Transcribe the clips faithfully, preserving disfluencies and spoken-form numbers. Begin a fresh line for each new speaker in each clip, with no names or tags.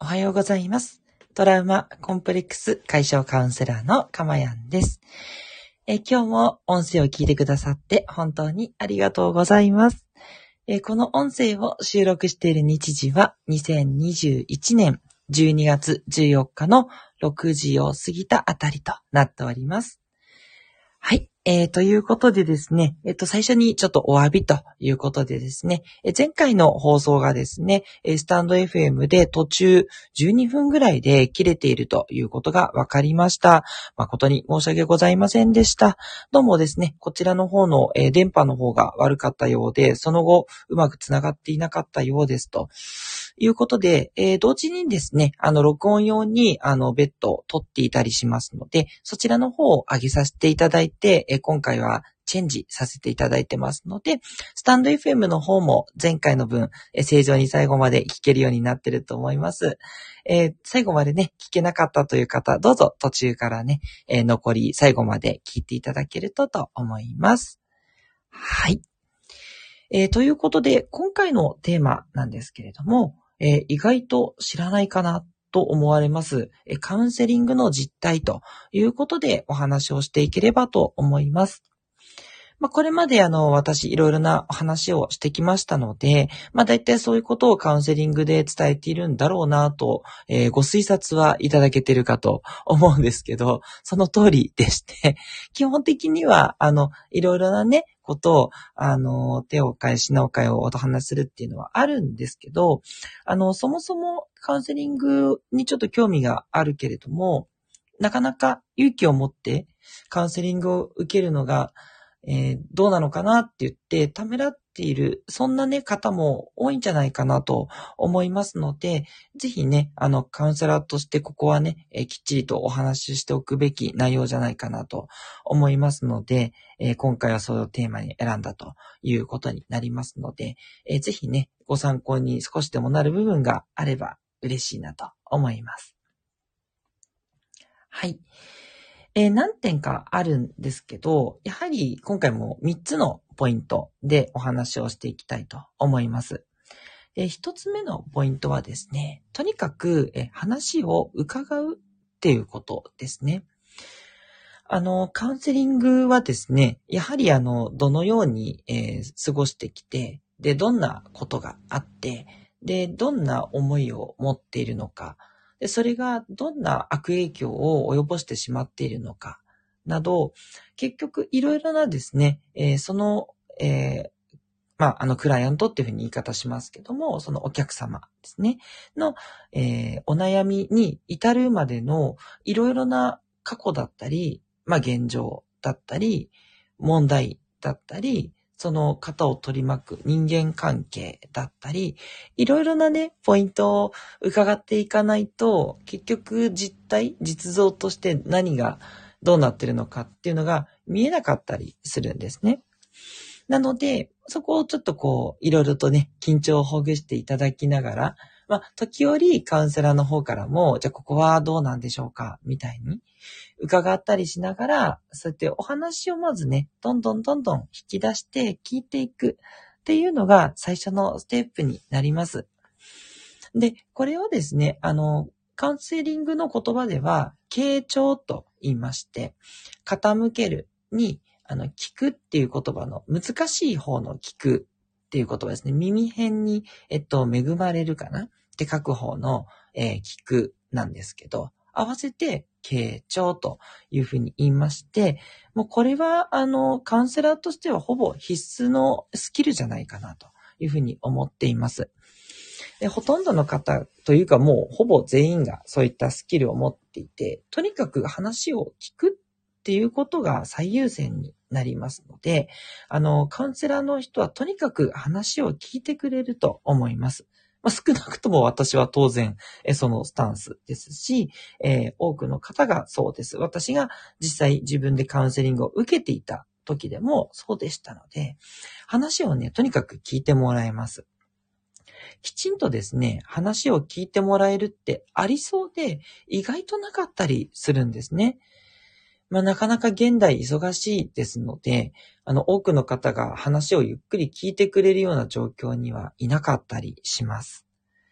おはようございます。トラウマコンプレックス解消カウンセラーのかまやんです。え今日も音声を聞いてくださって本当にありがとうございます。えこの音声を収録している日時はにせんにじゅういちねんじゅうにがつじゅうよっかのろくじを過ぎたあたりとなっております。はい。えー、ということでですね、えっと、最初にちょっとお詫びということでですね、え前回の放送がですね、スタンド エフエム で途中じゅうにふんぐらいで切れているということが分かりました。誠に申し訳ございませんでした。どうもですね、こちらの方の、えー、電波の方が悪かったようで、その後うまくつながっていなかったようですと。いうことで、えー、同時にですね、あの、録音用に、あの、別途撮っていたりしますので、そちらの方を上げさせていただいて、えー、今回はチェンジさせていただいてますので、スタンド エフエム の方も前回の分、えー、正常に最後まで聞けるようになってると思います。えー、最後までね、聞けなかったという方、どうぞ途中からね、えー、残り最後まで聞いていただけるとと思います。はい。えー、ということで、今回のテーマなんですけれども、えー、意外と知らないかなと思われます、えー、カウンセリングの実態ということでお話をしていければと思います。まあ、これまであの、私いろいろなお話をしてきましたので、まあ、大体そういうことをカウンセリングで伝えているんだろうなと、えー、ご推察はいただけてるかと思うんですけど、その通りでして、基本的には、あの、いろいろなね、ことを、あの、手を変え、品を変えをお話しするっていうのはあるんですけど、あの、そもそもカウンセリングにちょっと興味があるけれども、なかなか勇気を持ってカウンセリングを受けるのが、えー、どうなのかなって言ってためらっている、そんなね、方も多いんじゃないかなと思いますので、ぜひね、あの、カウンセラーとしてここはね、えー、きっちりとお話ししておくべき内容じゃないかなと思いますので、えー、今回はそれをテーマに選んだということになりますので、えー、ぜひね、ご参考に少しでもなる部分があれば嬉しいなと思います。はい。えー、何点かあるんですけど、やはり今回もみっつのポイントでお話をしていきたいと思います。えー、ひとつめのポイントはですね、とにかく、えー、話を伺うっていうことですね。あの、カウンセリングはですね、やはりあの、どのように、えー、過ごしてきて、で、どんなことがあって、で、どんな思いを持っているのか、で、それがどんな悪影響を及ぼしてしまっているのか、など、結局いろいろなですね、えー、その、えー、まあ、あの、クライアントっていうふうに言い方しますけども、そのお客様ですね、の、えー、お悩みに至るまでのいろいろな過去だったり、まあ、現状だったり、問題だったり、その方を取り巻く人間関係だったり、いろいろなね、ポイントを伺っていかないと、結局実態、実像として何がどうなってるのかっていうのが見えなかったりするんですね。なので、そこをちょっとこう、いろいろとね、緊張をほぐしていただきながら、まあ、時折カウンセラーの方からも、じゃあここはどうなんでしょうかみたいに伺ったりしながら、そうやってお話をまずね、どんどんどんどん引き出して聞いていくっていうのが最初のステップになります。で、これをですね、あの、カウンセリングの言葉では、傾聴と言いまして、傾けるに、あの、聞くっていう言葉の難しい方の聞くっていう言葉ですね。耳辺に、えっと、恵まれるかなって書く方の、えー、聞くなんですけど、合わせて、傾聴というふうに言いまして、もうこれは、あの、カウンセラーとしてはほぼ必須のスキルじゃないかなというふうに思っています。で、ほとんどの方というかもうほぼ全員がそういったスキルを持っていて、とにかく話を聞くっていうことが最優先になりますので、あの、カウンセラーの人はとにかく話を聞いてくれると思います。まあ、少なくとも私は当然、えそのスタンスですし、えー、多くの方がそうです。私が実際自分でカウンセリングを受けていた時でもそうでしたので、話をね、とにかく聞いてもらえます。きちんとですね、話を聞いてもらえるってありそうで、意外となかったりするんですね。まあなかなか現代忙しいですので、あの多くの方が話をゆっくり聞いてくれるような状況にはいなかったりします。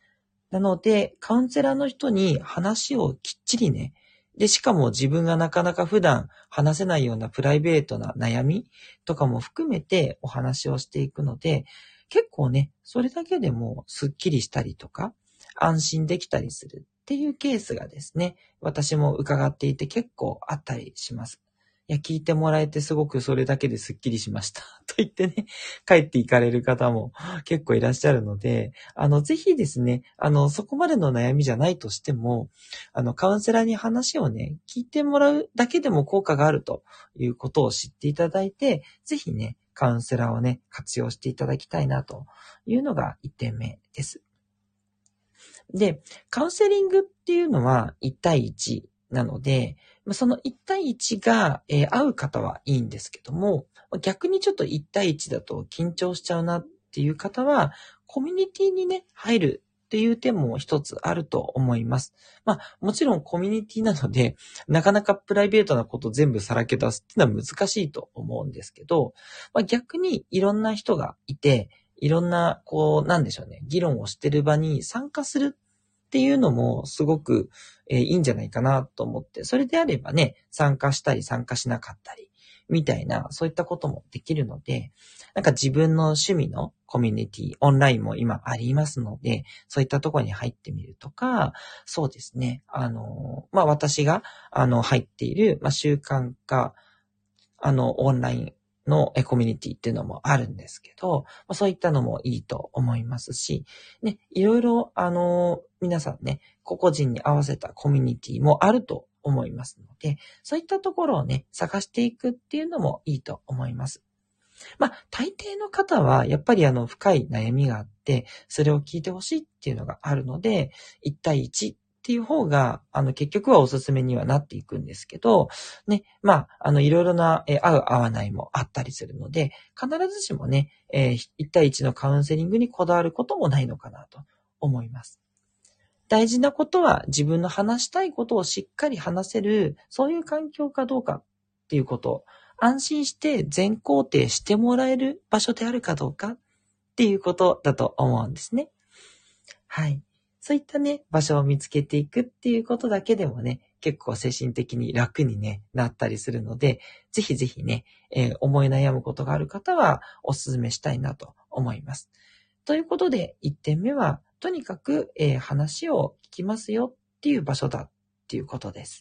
なので、カウンセラーの人に話をきっちりね、で、しかも自分がなかなか普段話せないようなプライベートな悩みとかも含めてお話をしていくので、結構ね、それだけでもスッキリしたりとか、安心できたりするっていうケースがですね、私も伺っていて結構あったりします。いや、聞いてもらえてすごくそれだけでスッキリしました。と言ってね、帰っていかれる方も結構いらっしゃるので、あの、ぜひですね、あの、そこまでの悩みじゃないとしても、あの、カウンセラーに話をね、聞いてもらうだけでも効果があるということを知っていただいて、ぜひね、カウンセラーをね、活用していただきたいなというのがいってんめです。で、カウンセリングっていうのはいち対いちなので、そのいち対いちが、えー、合う方はいいんですけども、逆にちょっといち対いちだと緊張しちゃうなっていう方は、コミュニティにね、入るっていう手も一つあると思います。まあ、もちろんコミュニティなので、なかなかプライベートなこと全部さらけ出すっていうのは難しいと思うんですけど、まあ、逆にいろんな人がいて、いろんな、こう、なんでしょうね、議論をしてる場に参加するっていうのもすごく、えー、いいんじゃないかなと思って、それであればね、参加したり参加しなかったり、みたいな、そういったこともできるので、なんか自分の趣味のコミュニティ、オンラインも今ありますので、そういったところに入ってみるとか、そうですね、あの、まあ、私が、あの、入っている、まあ、習慣化、あの、オンラインのコミュニティっていうのもあるんですけど、そういったのもいいと思いますし、ね、いろいろ、あの、皆さんね、個々人に合わせたコミュニティもあると思いますので、そういったところをね、探していくっていうのもいいと思います。まあ、大抵の方は、やっぱりあの、深い悩みがあって、それを聞いてほしいっていうのがあるので、いち対いちっていう方が、あの、結局はおすすめにはなっていくんですけど、ね、まあ、あの、いろいろな、えー、合う合わないもあったりするので、必ずしもね、えー、いち対いちのカウンセリングにこだわることもないのかなと思います。大事なことは自分の話したいことをしっかり話せる、そういう環境かどうかっていうこと、安心して全肯定してもらえる場所であるかどうかっていうことだと思うんですね。はい。そういったね、場所を見つけていくっていうことだけでもね、結構精神的に楽に、ね、なったりするので、ぜひぜひね、えー、思い悩むことがある方はお勧めしたいなと思います。ということで、いってんめは、とにかく、えー、話を聞きますよっていう場所だっていうことです。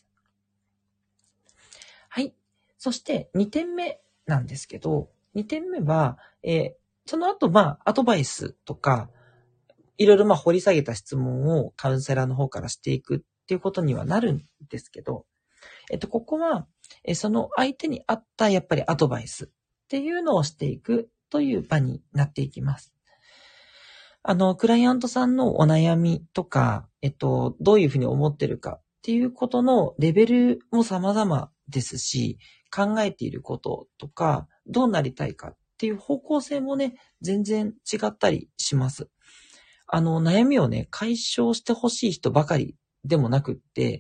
はい。そしてにてんめなんですけど、にてんめは、えー、その後、まあ、アドバイスとか、いろいろまあ掘り下げた質問をカウンセラーの方からしていくっていうことにはなるんですけど、えっと、ここは、えその相手に合ったやっぱりアドバイスっていうのをしていくという場になっていきます。あの、クライアントさんのお悩みとか、えっと、どういうふうに思ってるかっていうことのレベルも様々ですし、考えていることとか、どうなりたいかっていう方向性もね、全然違ったりします。あの、悩みをね、解消してほしい人ばかりでもなくって、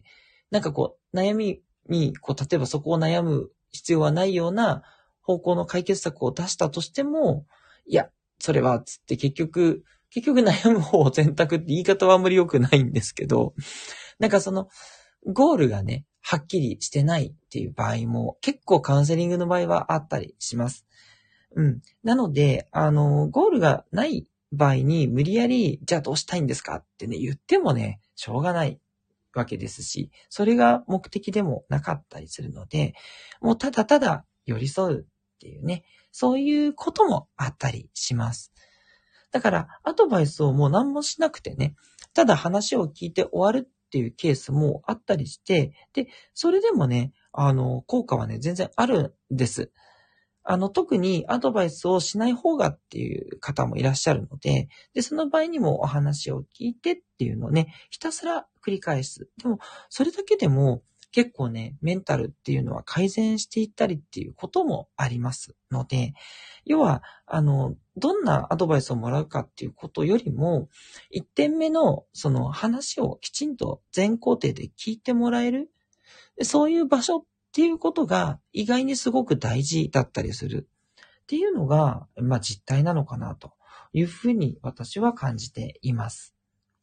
なんかこう、悩みに、こう、例えばそこを悩む必要はないような方向の解決策を出したとしても、いや、それは、つって結局、結局悩む方を選択って言い方はあんまり良くないんですけど、なんかその、ゴールがね、はっきりしてないっていう場合も結構カウンセリングの場合はあったりします。うん。なので、あの、ゴールがない場合に無理やり、じゃあどうしたいんですかってね、言ってもね、しょうがないわけですし、それが目的でもなかったりするので、もうただただ寄り添うっていうね、そういうこともあったりします。だから、アドバイスをもう何もしなくてね、ただ話を聞いて終わるっていうケースもあったりして、で、それでもね、あの、効果はね、全然あるんです。あの、特にアドバイスをしない方がっていう方もいらっしゃるので、で、その場合にもお話を聞いてっていうのをね、ひたすら繰り返す。でも、それだけでも結構ね、メンタルっていうのは改善していったりっていうこともありますので、要は、あの、どんなアドバイスをもらうかっていうことよりも、一点目のその話をきちんと全工程で聞いてもらえる、そういう場所っていうことが意外にすごく大事だったりするっていうのが、まあ実態なのかなというふうに私は感じています。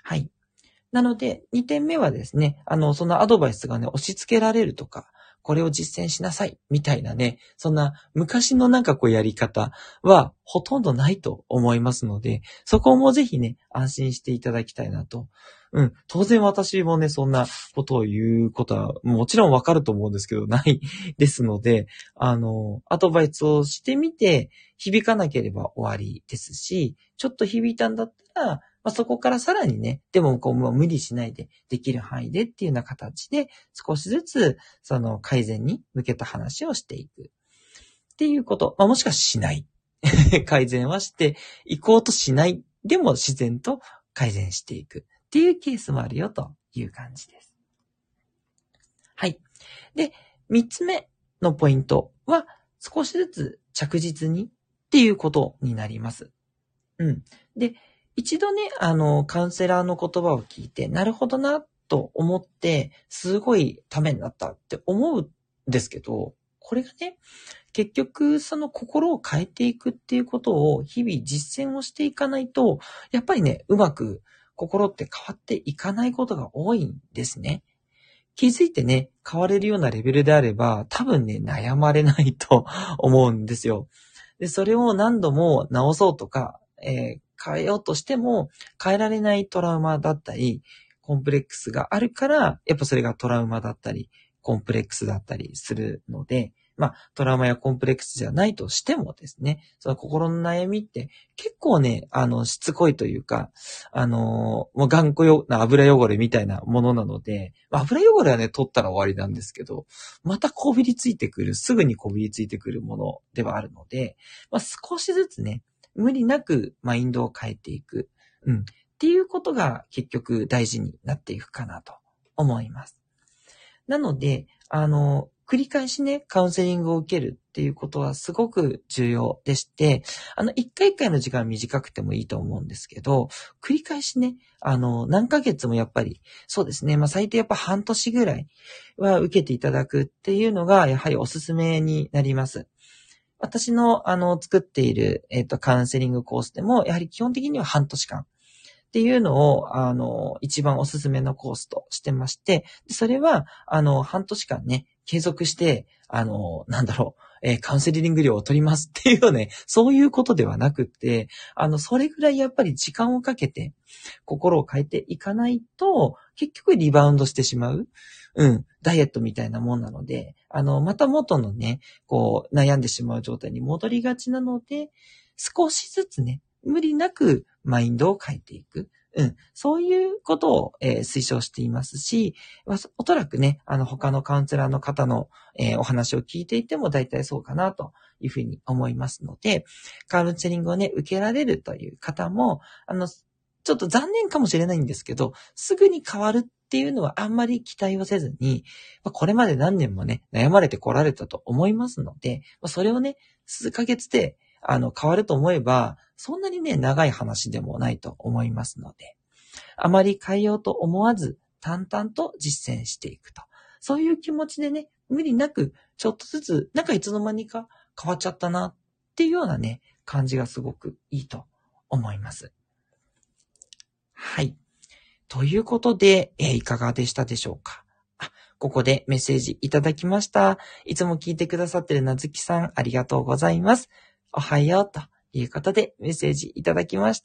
はい。なので、にてんめはですね、あの、そのアドバイスがね、押し付けられるとか、これを実践しなさい、みたいなね、そんな昔のなんかこうやり方はほとんどないと思いますので、そこもぜひね、安心していただきたいなと。うん。当然私もね、そんなことを言うことはもちろんわかると思うんですけど、ないですので、あの、アドバイスをしてみて、響かなければ終わりですし、ちょっと響いたんだったら、まあ、そこからさらにね、でもこうもう無理しないでできる範囲でっていうような形で少しずつその改善に向けた話をしていくっていうこと。まあ、もしくはしない。改善はしていこうとしない。でも自然と改善していくっていうケースもあるよという感じです。はい。で、三つ目のポイントは少しずつ着実にっていうことになります。うん。で、一度ね、あの、カウンセラーの言葉を聞いて、なるほどな、と思って、すごいためになったって思うんですけど、これがね、結局、その心を変えていくっていうことを日々実践をしていかないと、やっぱりね、うまく心って変わっていかないことが多いんですね。気づいてね、変われるようなレベルであれば、多分ね、悩まれないと思うんですよ。で、それを何度も直そうとか、えー変えようとしても変えられないトラウマだったり、コンプレックスがあるから、やっぱそれがトラウマだったり、コンプレックスだったりするので、まあ、トラウマやコンプレックスじゃないとしてもですね、その心の悩みって結構ね、あの、しつこいというか、あのーもう頑固よな油汚れみたいなものなので、まあ油汚れはね、取ったら終わりなんですけど、またこびりついてくる、すぐにこびりついてくるものではあるので、まあ、少しずつね、無理なくマインドを変えていく。うん。っていうことが結局大事になっていくかなと思います。なので、あの、繰り返しね、カウンセリングを受けるっていうことはすごく重要でして、あの、一回一回の時間短くてもいいと思うんですけど、繰り返しね、あの、何ヶ月もやっぱり、そうですね、まあ最低やっぱ半年ぐらいは受けていただくっていうのが、やはりおすすめになります。私の、あの、作っている、えっと、カウンセリングコースでも、やはり基本的には半年間っていうのを、あの、一番おすすめのコースとしてまして、それは、あの、半年間ね、継続して、あの、なんだろう、えーカウンセリング料を取りますっていうね、そういうことではなくって、あの、それぐらいやっぱり時間をかけて、心を変えていかないと、結局リバウンドしてしまう。うん、ダイエットみたいなもんなので、あの、また元のね、こう、悩んでしまう状態に戻りがちなので、少しずつね、無理なくマインドを変えていく。うん。そういうことを、えー推奨していますし、まあおそらくね、あの、他のカウンセラーの方の、えーお話を聞いていても大体そうかなというふうに思いますので、カウンセリングをね、受けられるという方も、あの、ちょっと残念かもしれないんですけど、すぐに変わるっていうのはあんまり期待をせずに、まあこれまで何年もね、悩まれてこられたと思いますので、まあそれをね、数ヶ月で、あの、変わると思えば、そんなにね、長い話でもないと思いますので、あまり変えようと思わず、淡々と実践していくと。そういう気持ちでね、無理なく、ちょっとずつ、なんかいつの間にか変わっちゃったなっていうようなね、感じがすごくいいと思います。はい。ということで、えーいかがでしたでしょうか。あ、ここでメッセージいただきました。いつも聞いてくださってるなずきさん、ありがとうございます。おはようということでメッセージいただきました。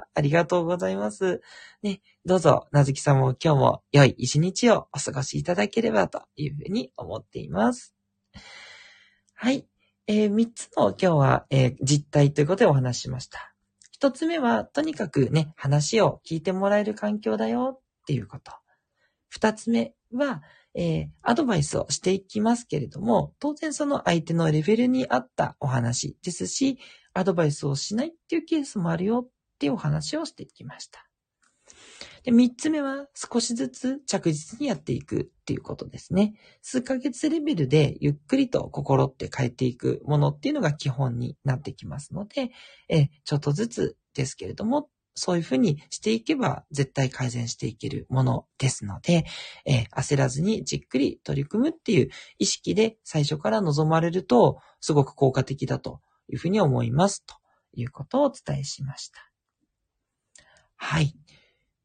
ありがとうございます。ね、どうぞ、なずきさんも今日も良い一日をお過ごしいただければというふうに思っています。はい。えー、みっつの今日は、えー実態ということでお話ししました。一つ目は、とにかくね、話を聞いてもらえる環境だよっていうこと。二つ目は、えーアドバイスをしていきますけれども、当然その相手のレベルに合ったお話ですし、アドバイスをしないっていうケースもあるよっていうお話をしていきました。で、三つ目は少しずつ着実にやっていくっていうことですね。数ヶ月レベルでゆっくりと心って変えていくものっていうのが基本になってきますので、えちょっとずつですけれども、そういうふうにしていけば絶対改善していけるものですので、え焦らずにじっくり取り組むっていう意識で最初から臨まれるとすごく効果的だというふうに思いますということをお伝えしました。はい。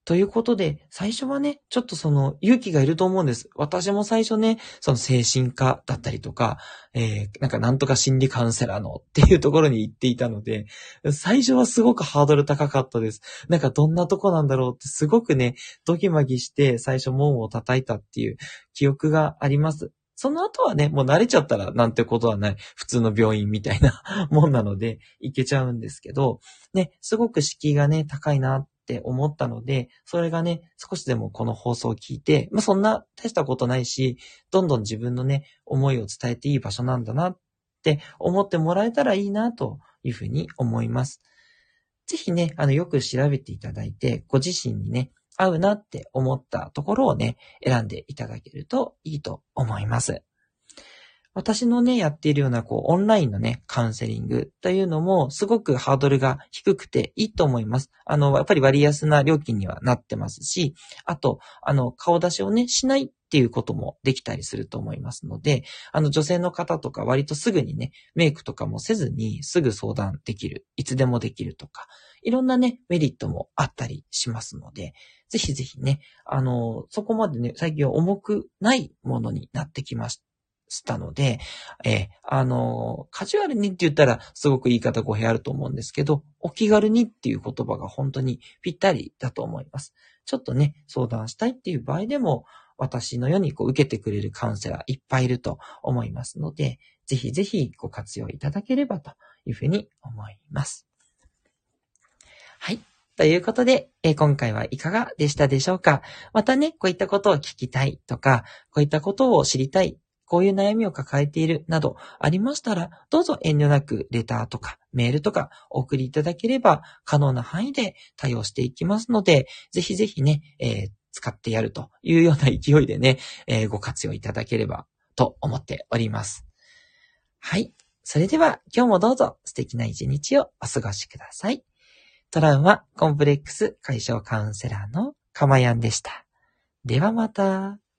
ということで、最初はね、ちょっとその勇気がいると思うんです。私も最初ね、その精神科だったりとか、えー、なんかなんとか心理カウンセラーのっていうところに行っていたので、最初はすごくハードル高かったです。なんかどんなとこなんだろうってすごくね、ドギマギして最初門を叩いたっていう記憶があります。その後はね、もう慣れちゃったらなんてことはない。普通の病院みたいなもんなので、行けちゃうんですけど、ね、すごく敷居がね、高いなって思ったので、それがね、少しでもこの放送を聞いて、まあ、そんな大したことないし、どんどん自分のね、思いを伝えていい場所なんだなって思ってもらえたらいいなというふうに思います。ぜひね、あの、よく調べていただいて、ご自身にね、合うなって思ったところをね、選んでいただけるといいと思います。私のね、やっているような、こう、オンラインのね、カウンセリングというのも、すごくハードルが低くていいと思います。あの、やっぱり割安な料金にはなってますし、あと、あの、顔出しをね、しないっていうこともできたりすると思いますので、あの、女性の方とか割とすぐにね、メイクとかもせずに、すぐ相談できる、いつでもできるとか、いろんなね、メリットもあったりしますので、ぜひぜひね、あの、そこまでね、最近は重くないものになってきました。したので、えー、あの、カジュアルにって言ったらすごく言い方語弊あると思うんですけど、お気軽にっていう言葉が本当にぴったりだと思います。ちょっとね、相談したいっていう場合でも、私のようにこう受けてくれるカウンセラーいっぱいいると思いますので、ぜひぜひご活用いただければというふうに思います。はい。ということで、えー、今回はいかがでしたでしょうか？またね、こういったことを聞きたいとか、こういったことを知りたい、こういう悩みを抱えているなどありましたら、どうぞ遠慮なくレターとかメールとかお送りいただければ可能な範囲で対応していきますので、ぜひぜひね、えー、使ってやるというような勢いでね、えー、ご活用いただければと思っております。はい。それでは今日もどうぞ素敵な一日をお過ごしください。トラウマコンプレックス解消カウンセラーのかまやんでした。ではまた。